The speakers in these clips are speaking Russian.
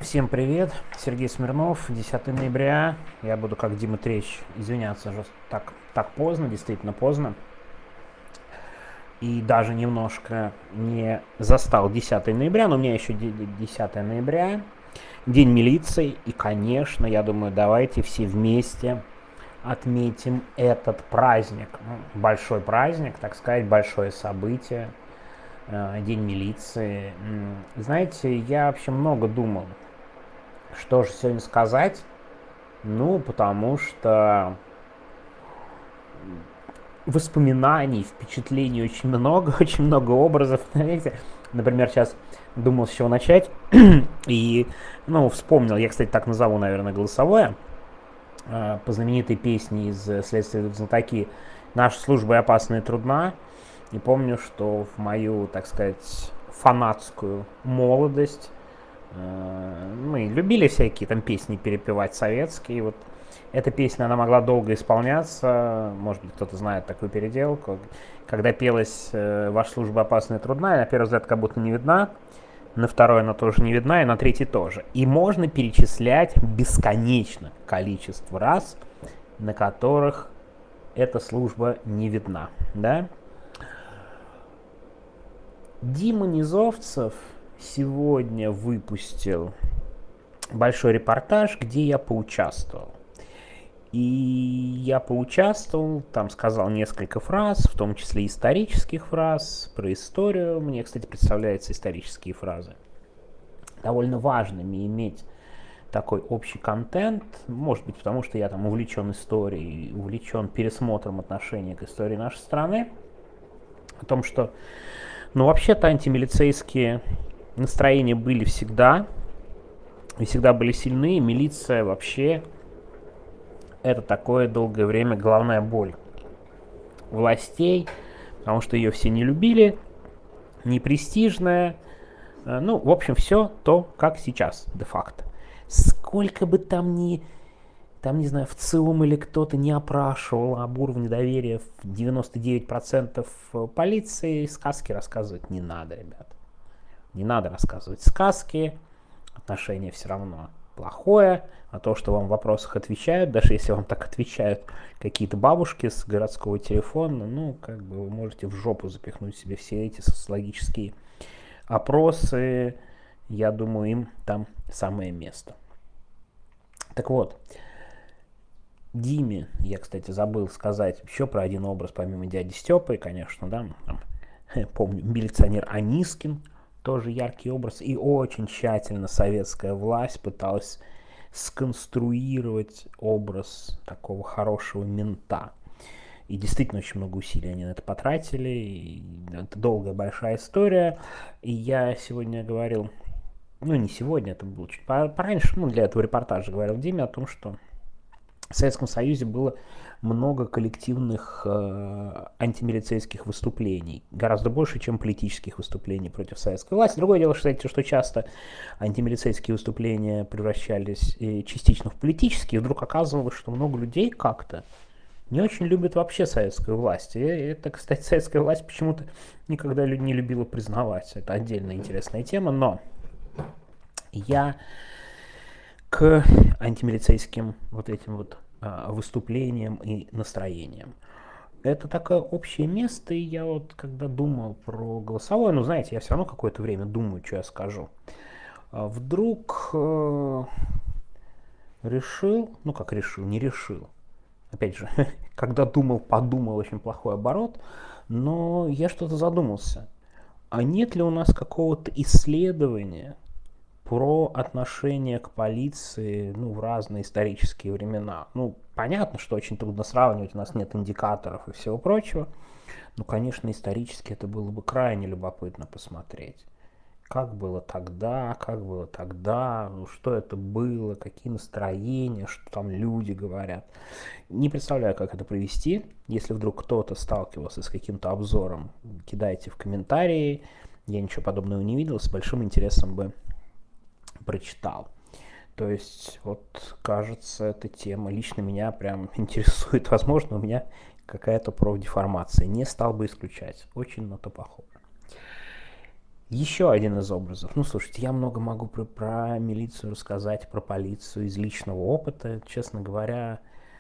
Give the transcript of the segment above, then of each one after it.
Всем привет, Сергей Смирнов, 10 ноября. Я буду, как Дима Трещ, извиняться уже так поздно, действительно поздно. И даже немножко не застал 10 ноября, но у меня еще 10 ноября, День милиции. И, конечно, я думаю, давайте все вместе отметим этот праздник. Большой праздник, так сказать, большое событие. День милиции. Знаете, я вообще много думал, что же сегодня сказать. Ну, потому что воспоминаний, впечатлений очень много, очень много образов. Например, сейчас думал, с чего начать. И, вспомнил, я, кстати, так назову, наверное, голосовое, по знаменитой песне из «Следствия ведут знатоки» «Наша служба и опасна и трудна». И помню, что в мою, так сказать, фанатскую молодость мы любили всякие там песни перепевать советские. Вот эта песня, она могла долго исполняться. Может быть, кто-то знает такую переделку. Когда пелась «Ваша служба опасна и трудна», на первый взгляд как будто не видна, на второй она тоже не видна, и на третий тоже. И можно перечислять бесконечно количество раз, на которых эта служба не видна. Да? Дима Низовцев сегодня выпустил большой репортаж, где я поучаствовал. И я поучаствовал, там сказал несколько фраз, в том числе исторических фраз, про историю. Мне, кстати, представляются исторические фразы довольно важными иметь такой общий контент. Может быть, потому что я там увлечен историей, увлечен пересмотром отношения к истории нашей страны. О том, что, вообще-то антимилицейские настроения были всегда, и всегда были сильны. Милиция вообще это такое долгое время головная боль властей, потому что ее все не любили, непрестижная. В общем, все то, как сейчас, де-факто. Сколько бы там не знаю, в ЦИОМ или кто-то не опрашивал об уровне доверия в 99% полиции, сказки рассказывать не надо, ребят. Не надо рассказывать сказки, отношение все равно плохое, а то, что вам в вопросах отвечают, даже если вам так отвечают какие-то бабушки с городского телефона, вы можете в жопу запихнуть себе все эти социологические опросы. Я думаю, им там самое место. Так вот, Диме, я, кстати, забыл сказать еще про один образ, помимо дяди Степы, конечно, да, помню, милиционер Анискин, тоже яркий образ, и очень тщательно советская власть пыталась сконструировать образ такого хорошего мента. И действительно очень много усилий они на это потратили, и это долгая, большая история. И я сегодня говорил, не сегодня, это было чуть пораньше, для этого репортажа говорил Диме о том, что в Советском Союзе было много коллективных антимилицейских выступлений, гораздо больше, чем политических выступлений против советской власти. Другое дело, кстати, что часто антимилицейские выступления превращались частично в политические, и вдруг оказывалось, что много людей как-то не очень любят вообще советскую власть. И это, кстати, советская власть почему-то никогда не любила признавать. Это отдельная интересная тема, но я к антимилицейским вот этим вот выступлениям и настроениям. Это такое общее место, и я вот когда думал про голосовое, знаете, я все равно какое-то время думаю, что я скажу. Вдруг решил, не решил. Опять же, когда думал, подумал, очень плохой оборот, но я что-то задумался. А нет ли у нас какого-то исследования про отношение к полиции, в разные исторические времена? Понятно, что очень трудно сравнивать, у нас нет индикаторов и всего прочего, но, конечно, исторически это было бы крайне любопытно посмотреть. Как было тогда, что это было, какие настроения, что там люди говорят. Не представляю, как это провести. Если вдруг кто-то сталкивался с каким-то обзором, кидайте в комментарии. Я ничего подобного не видел, с большим интересом бы прочитал. То есть, кажется, эта тема лично меня прям интересует. Возможно, у меня какая-то профдеформация. Не стал бы исключать. Очень на то похоже. Еще один из образов. Ну, слушайте, я много могу про милицию рассказать, про полицию из личного опыта. Честно говоря,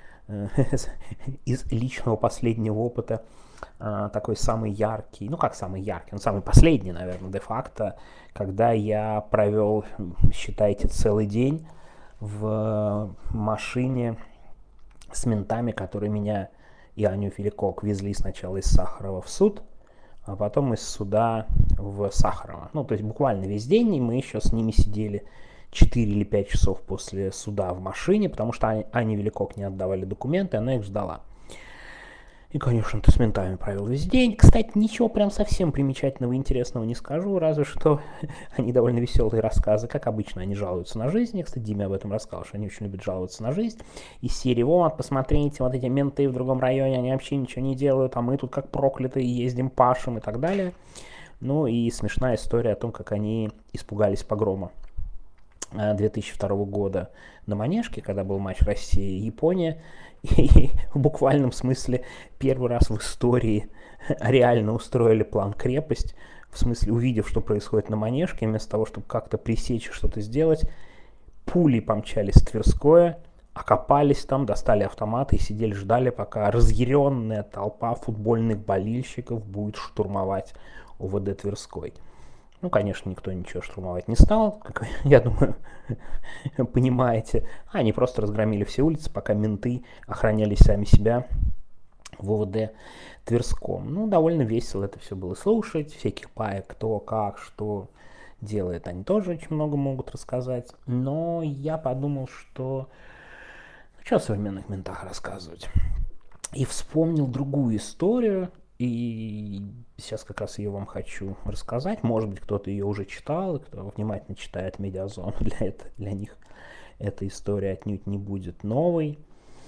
из личного последнего опыта такой самый яркий, ну как самый яркий, он самый последний, наверное, де-факто, когда я провел, считайте, целый день в машине с ментами, которые меня и Аню Филикок везли сначала из Сахарова в суд, а потом из суда в Сахарово. Ну, то есть буквально весь день, и мы еще с ними сидели 4 или 5 часов после суда в машине, потому что Ане Великок не отдавали документы, она их ждала. И, конечно, ты с ментами провел весь день. Кстати, ничего прям совсем примечательного и интересного не скажу, разве что они довольно веселые рассказы. Как обычно, они жалуются на жизнь. Я, кстати, Диме об этом рассказал, что они очень любят жаловаться на жизнь. Из серии, вот, посмотрите, вот эти менты в другом районе, они вообще ничего не делают, а мы тут как проклятые ездим, пашем и так далее. Ну и смешная история о том, как они испугались погрома 2002 года на Манежке, когда был матч Россия и Япония, и в буквальном смысле первый раз в истории реально устроили план крепость, в смысле увидев, что происходит на Манежке, вместо того, чтобы как-то пресечь и что-то сделать, пулей помчались в Тверское, окопались там, достали автоматы и сидели, ждали, пока разъяренная толпа футбольных болельщиков будет штурмовать УВД Тверской. Ну, конечно, никто ничего штурмовать не стал, как вы, я думаю, понимаете. Они просто разгромили все улицы, пока менты охраняли сами себя в ОВД Тверском. Ну, довольно весело это все было слушать. Всяких паек, кто, как, что делает, они тоже очень много могут рассказать. Но я подумал, что... Ну, что о современных ментах рассказывать? И вспомнил другую историю, и сейчас как раз ее вам хочу рассказать. Может быть, кто-то ее уже читал, и кто внимательно читает Медиазону, для них эта история отнюдь не будет новой.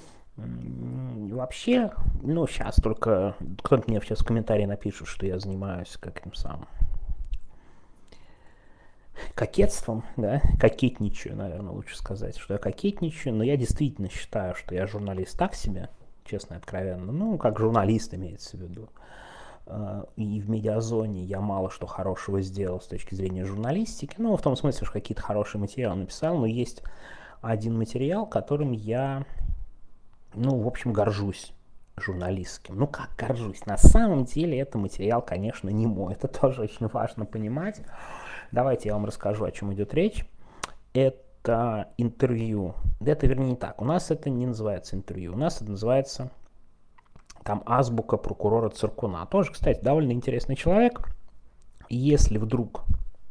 Вообще, ну, сейчас только... Кто-то мне сейчас в комментарии напишет, что я занимаюсь каким самым кокетством, да, кокетничаю, наверное, лучше сказать, что я кокетничаю, но я действительно считаю, что я журналист так себе, честно и откровенно, ну, как журналист имеется в виду. И в Медиазоне я мало что хорошего сделал с точки зрения журналистики, ну, в том смысле, что какие-то хорошие материалы написал, но есть один материал, которым я, ну, в общем, горжусь журналистским. Ну, как горжусь? На самом деле, это материал, конечно, не мой, это тоже очень важно понимать. Давайте я вам расскажу, о чем идет речь. Это интервью. Это, вернее, не так. У нас это не называется интервью. У нас это называется там азбука прокурора Циркуна. Тоже, кстати, довольно интересный человек. Если вдруг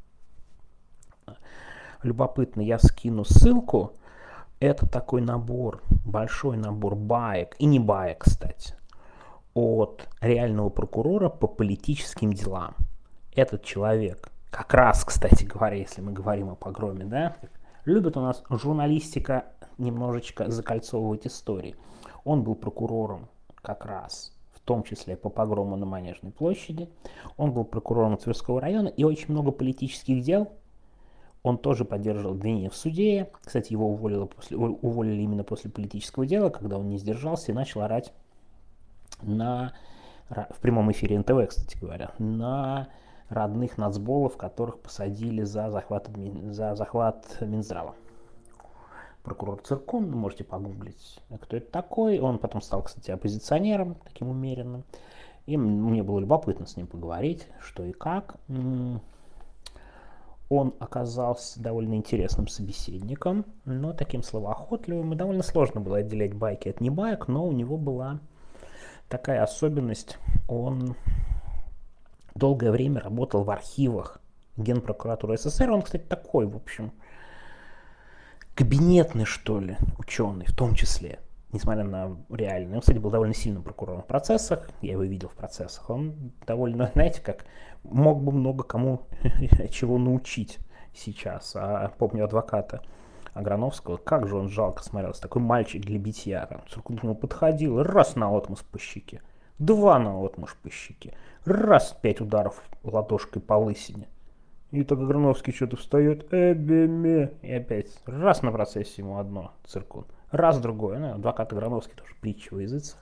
любопытно, я скину ссылку. Это такой набор, большой набор баек, и не баек, кстати, от реального прокурора по политическим делам. Этот человек... Как раз, кстати говоря, если мы говорим о погроме, да, любит у нас журналистика немножечко закольцовывать истории. Он был прокурором как раз, в том числе по погрому на Манежной площади. Он был прокурором Тверского района, и очень много политических дел он тоже поддерживал обвинения в суде. Кстати, его уволили именно после политического дела, когда он не сдержался и начал орать в прямом эфире НТВ, кстати говоря, на родных нацболов, которых посадили за захват Минздрава. Прокурор Циркун, можете погуглить, кто это такой. Он потом стал, кстати, оппозиционером, таким умеренным. И мне было любопытно с ним поговорить, что и как. Он оказался довольно интересным собеседником, но таким словоохотливым. И довольно сложно было отделять байки от небаек, но у него была такая особенность. Он долгое время работал в архивах Генпрокуратуры СССР. Он, кстати, такой, в общем, кабинетный, что ли, ученый, в том числе, несмотря на реальный. Он, кстати, был довольно сильным прокурором в процессах. Я его видел в процессах. Он довольно, знаете, как мог бы много кому чего научить сейчас. А помню адвоката Аграновского, как же он жалко смотрелся. Такой мальчик для битья. Циркун к нему подходил, раз наотмашь по щеке, два наотмашь по щеке, раз 5 ударов ладошкой по лысине. И так Аграновский что-то встает, и опять раз на процессе ему одно, Циркун, раз другое. Ну, адвокат Аграновский тоже притча во языцах.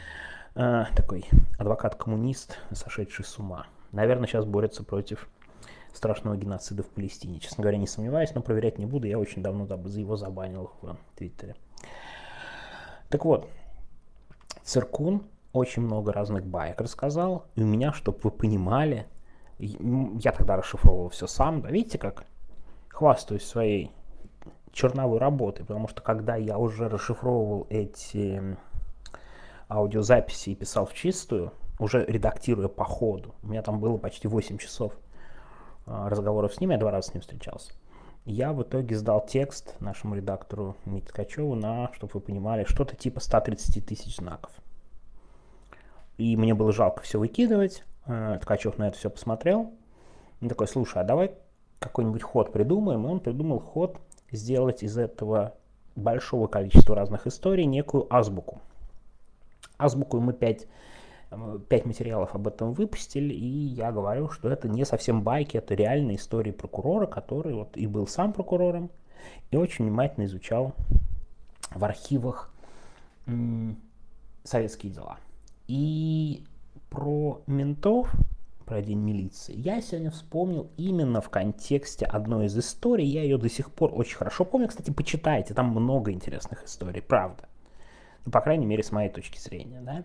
Такой адвокат-коммунист, сошедший с ума. Наверное, сейчас борется против страшного геноцида в Палестине. Честно говоря, не сомневаюсь, но проверять не буду, я очень давно его забанил в Твиттере. Так вот, Циркун очень много разных баек рассказал, и у меня, чтобы вы понимали, я тогда расшифровывал все сам, да, видите, как хвастаюсь своей черновой работой, потому что когда я уже расшифровывал эти аудиозаписи и писал в чистую, уже редактируя по ходу, у меня там было почти 8 часов разговоров с ним, я 2 раза с ним встречался. Я в итоге сдал текст нашему редактору Мите Ткачеву на, чтобы вы понимали, что-то типа 130 тысяч знаков. И мне было жалко все выкидывать. Ткачев на это все посмотрел. Он такой, слушай, а давай какой-нибудь ход придумаем. И он придумал ход сделать из этого большого количества разных историй некую азбуку. Азбуку мы 5 материалов об этом выпустили, и я говорю, что это не совсем байки, это реальные истории прокурора, который вот и был сам прокурором, и очень внимательно изучал в архивах советские дела. И про ментов, про День милиции, я сегодня вспомнил именно в контексте одной из историй, я ее до сих пор очень хорошо помню, кстати, почитайте, там много интересных историй, правда. Ну, по крайней мере, с моей точки зрения, да.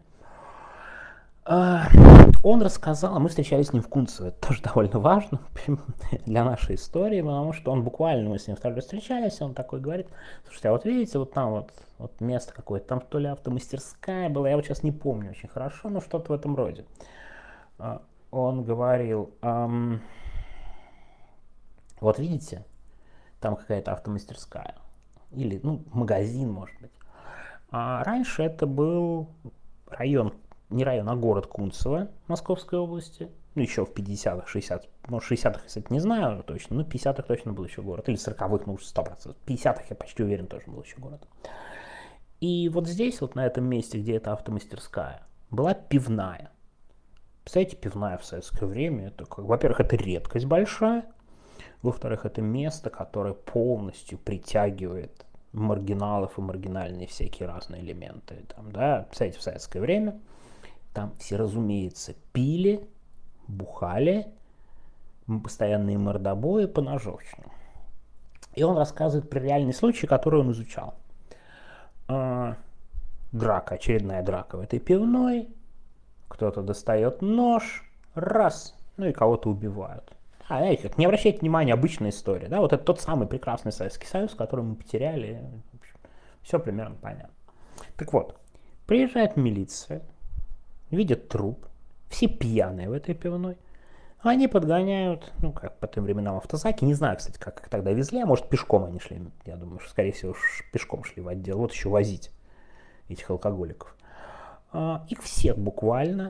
Он рассказал, а мы встречались с ним в Кунцево, это тоже довольно важно для нашей истории, потому что он буквально, мы с ним второй раз встречались, он такой говорит, слушайте, а вот видите, вот там вот место какое-то, там то ли автомастерская была, я вот сейчас не помню очень хорошо, но что-то в этом роде. Он говорил, вот видите, там какая-то автомастерская, или, магазин, может быть. А раньше это был район, не район, а город Кунцево Московской области. Ну, еще в 50-х, 60-х, может, 60-х, кстати, не знаю точно, но в 50-х точно был еще город. Или 40-х, ну, 100%. В 50-х, я почти уверен, тоже был еще город. И вот здесь, вот на этом месте, где эта автомастерская, была пивная. Представляете, пивная в советское время, это, во-первых, это редкость большая, во-вторых, это место, которое полностью притягивает маргиналов и маргинальные всякие разные элементы. Там, да, представляете, в советское время там все, разумеется, пили, бухали, постоянные мордобои, поножовщину. И он рассказывает про реальный случай, который он изучал. Драка, очередная драка в этой пивной. Кто-то достает нож, раз, ну и кого-то убивают. Знаете, как, не обращайте внимания, обычная история. Да? Вот это тот самый прекрасный Советский Союз, который мы потеряли. Все примерно понятно. Так вот, приезжает милиция, видят труп, все пьяные в этой пивной. Они подгоняют, как по тем временам автозаки, не знаю, кстати, как их тогда везли, а может пешком они шли, я думаю, что, скорее всего, пешком шли в отдел, вот еще возить этих алкоголиков. Их всех буквально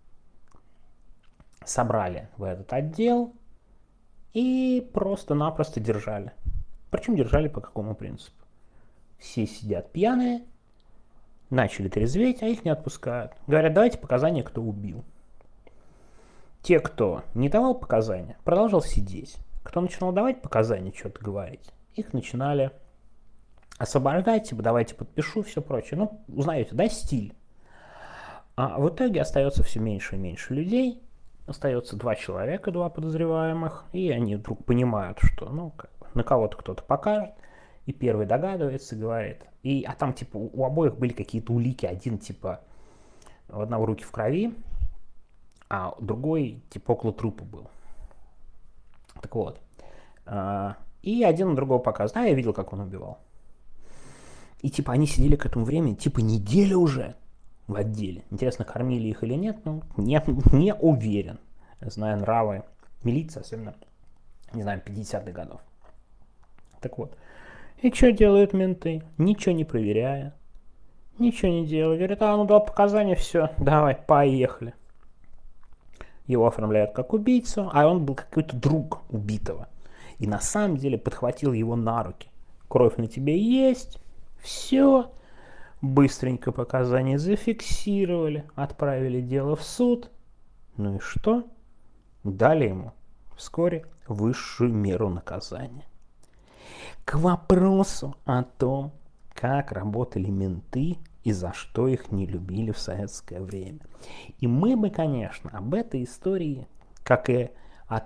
собрали в этот отдел и просто-напросто держали. Причем держали по какому принципу? Все сидят пьяные, начали трезветь, а их не отпускают. Говорят, давайте показания, кто убил. Те, кто не давал показания, продолжал сидеть. Кто начинал давать показания, что-то говорить, их начинали освобождать, типа, давайте подпишу, все прочее. Узнаете, да, стиль. А в итоге остается все меньше и меньше людей. Остается 2 человека, 2 подозреваемых, и они вдруг понимают, что, на кого-то кто-то покажет, и первый догадывается и говорит. А там, типа, у обоих были какие-то улики, один, типа, у одного руки в крови, а другой, типа, около трупа был. Так вот. И один на другого показывает. Я видел, как он убивал. И, типа, они сидели к этому времени, типа, неделю уже в отделе. Интересно, кормили их или нет? Не уверен. Зная нравы милиции, особенно, не знаю, 50-х годов. Так вот. И что делают менты? Ничего не проверяя. Ничего не делают. Говорят, дал показания, все, давай, поехали. Его оформляют как убийцу, а он был какой-то друг убитого. И на самом деле подхватил его на руки. Кровь на тебе есть, все. Быстренько показания зафиксировали, отправили дело в суд. Ну и что? Дали ему вскоре высшую меру наказания. К вопросу о том, как работали менты и за что их не любили в советское время. И мы бы, конечно, об этой истории, как и о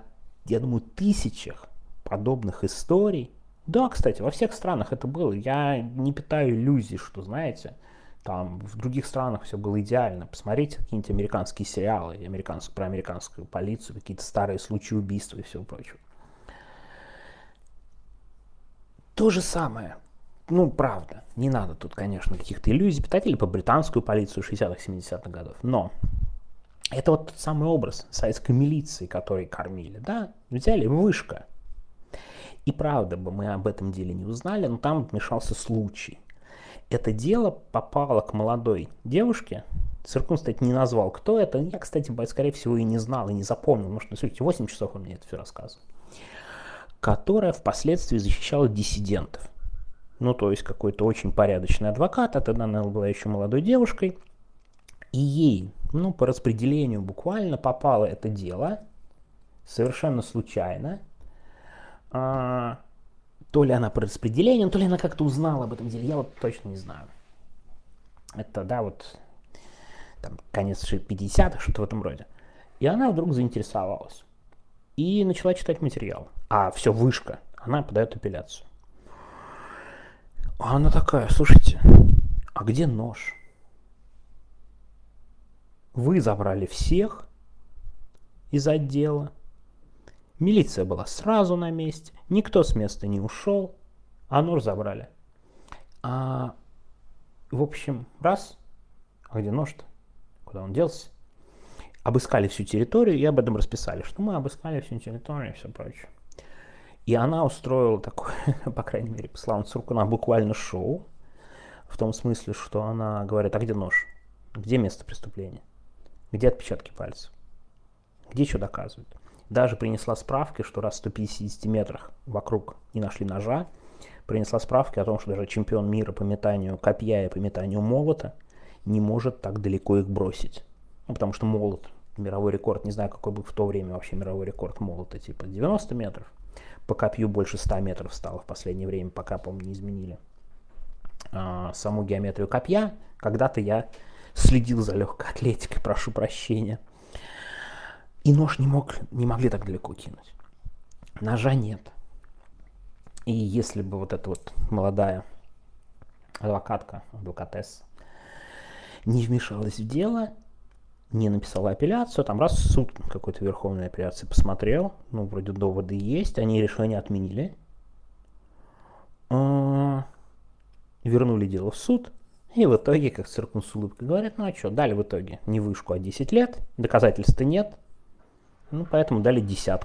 я думаю, тысячах подобных историй. Да, кстати, во всех странах это было. Я не питаю иллюзий, что, знаете, там в других странах все было идеально. Посмотрите какие-нибудь американские сериалы, про американскую полицию, какие-то старые случаи убийства и всего прочего. То же самое. Ну, правда, не надо тут, конечно, каких-то иллюзий питать, или по британскую полицию 60-х, 70-х годов. Но это вот тот самый образ советской милиции, который кормили, да? Взяли вышка. И правда бы мы об этом деле не узнали, но там вмешался случай. Это дело попало к молодой девушке. Циркун, кстати, не назвал, кто это. Я, кстати, скорее всего, и не знал, и не запомнил, потому что, слушайте, 8 часов он мне это все рассказывал. Которая впоследствии защищала диссидентов. Ну, то есть какой-то очень порядочный адвокат, а тогда она была еще молодой девушкой. И ей, ну, по распределению буквально попало это дело, совершенно случайно. То ли она по распределению, то ли она как-то узнала об этом деле, я вот точно не знаю. Это, да, вот там, конец 50-х, что-то в этом роде. И она вдруг заинтересовалась. И начала читать материал. А все, вышка. Она подает апелляцию. А она такая: слушайте, а где нож? Вы забрали всех из отдела. Милиция была сразу на месте. Никто с места не ушел. А нож забрали. В общем, раз. А где нож-то? Куда он делся? Обыскали всю территорию и об этом расписали, что мы обыскали всю территорию и все прочее. И она устроила такое, по крайней мере, по словам Цуркуна, буквально шоу. В том смысле, что она говорит: а где нож? Где место преступления? Где отпечатки пальцев? Где что доказывают? Даже принесла справки, что раз в 150 метрах вокруг не нашли ножа, принесла справки о том, что даже чемпион мира по метанию копья и по метанию молота не может так далеко их бросить. Ну, потому что молот, мировой рекорд, не знаю, какой был в то время вообще мировой рекорд молота, типа 90 метров. По копью больше 100 метров стало в последнее время, пока, по-моему, не изменили саму геометрию копья. Когда-то я следил за легкой атлетикой, прошу прощения. И нож не могли так далеко кинуть. Ножа нет. И если бы вот эта вот молодая адвокатесса не вмешалась в дело, не написала апелляцию, там раз суд какой-то верховной апелляции посмотрел, ну, вроде доводы есть, они решение отменили, вернули дело в суд, и в итоге, как Циркун с улыбкой говорит, ну а что, дали в итоге не вышку, а 10 лет, доказательств нет, ну, поэтому дали 10.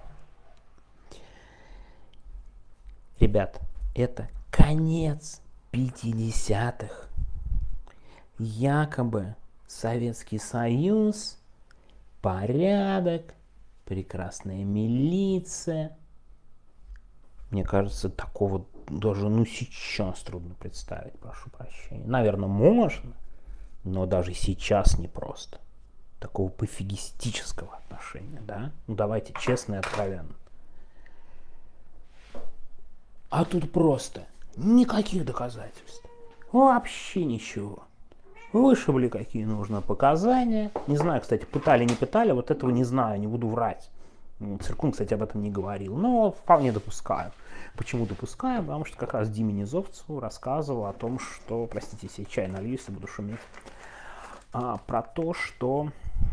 Ребят, это конец 50-х. Якобы Советский Союз, порядок, прекрасная милиция. Мне кажется, такого даже сейчас трудно представить, прошу прощения. Наверное, можно, но даже сейчас непросто. Такого пофигистического отношения, да? Ну давайте честно и откровенно. А тут просто никаких доказательств. Вообще ничего. Вышибли какие нужно показания. Не знаю, кстати, пытали, не пытали, вот этого не знаю, не буду врать. Циркун, кстати, об этом не говорил, но вполне допускаю. Почему допускаю? Потому что как раз Диме Низовцеву рассказывал о том, что, простите, если я чай налью, если буду шуметь, про то, что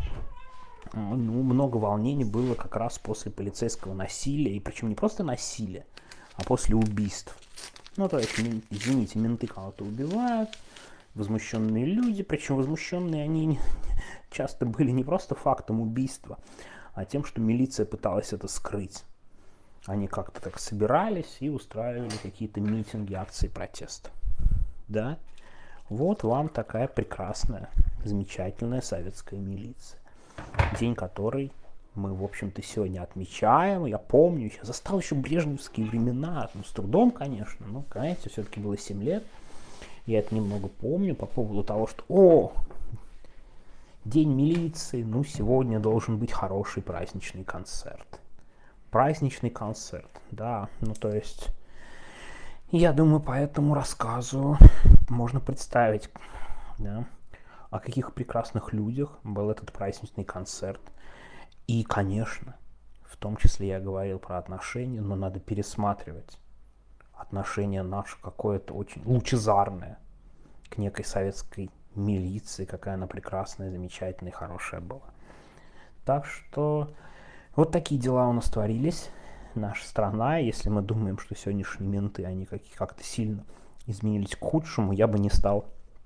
много волнений было как раз после полицейского насилия, и причем не просто насилия, а после убийств. Ну, то есть, извините, менты кого-то убивают, возмущенные люди, причем возмущенные они часто были не просто фактом убийства, а тем, что милиция пыталась это скрыть. Они как-то так собирались и устраивали какие-то митинги, акции протеста. Да? Вот вам такая прекрасная, замечательная советская милиция. День которой мы, в общем-то, сегодня отмечаем. Я помню, я застал еще брежневские времена, ну, с трудом, конечно, но, знаете, все-таки было 7 лет. Я это немного помню по поводу того, что, День милиции, ну, сегодня должен быть хороший праздничный концерт. Праздничный концерт, да, ну, то есть, я думаю, по этому рассказу можно представить, да, о каких прекрасных людях был этот праздничный концерт. И, конечно, В том числе я говорил про отношения, но надо пересматривать отношение наше какое-то очень лучезарное к некой советской милиции, какая она прекрасная, замечательная, хорошая была. Так что вот такие дела у нас творились. Наша страна, если мы думаем, что сегодняшние менты, они как-то сильно изменились к худшему, я бы не стал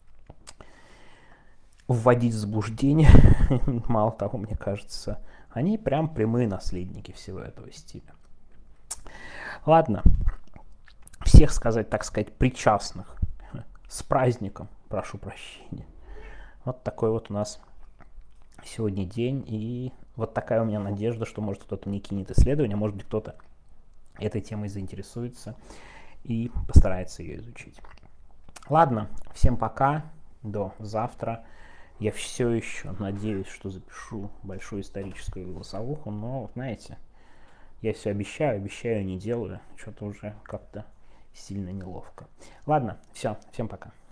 вводить в заблуждение. Мало того, мне кажется, они прям прямые наследники всего этого стиля. Ладно, всех сказать, так сказать, причастных с праздником, прошу прощения. Вот такой вот у нас сегодня день, и вот такая у меня надежда, что может кто-то не кинет исследование, может быть кто-то этой темой заинтересуется и постарается ее изучить. Ладно, всем пока, до завтра. Я все еще надеюсь, что запишу большую историческую голосовуху, но, знаете, я все обещаю, не делаю, что-то уже как-то сильно неловко. Ладно, все, всем пока.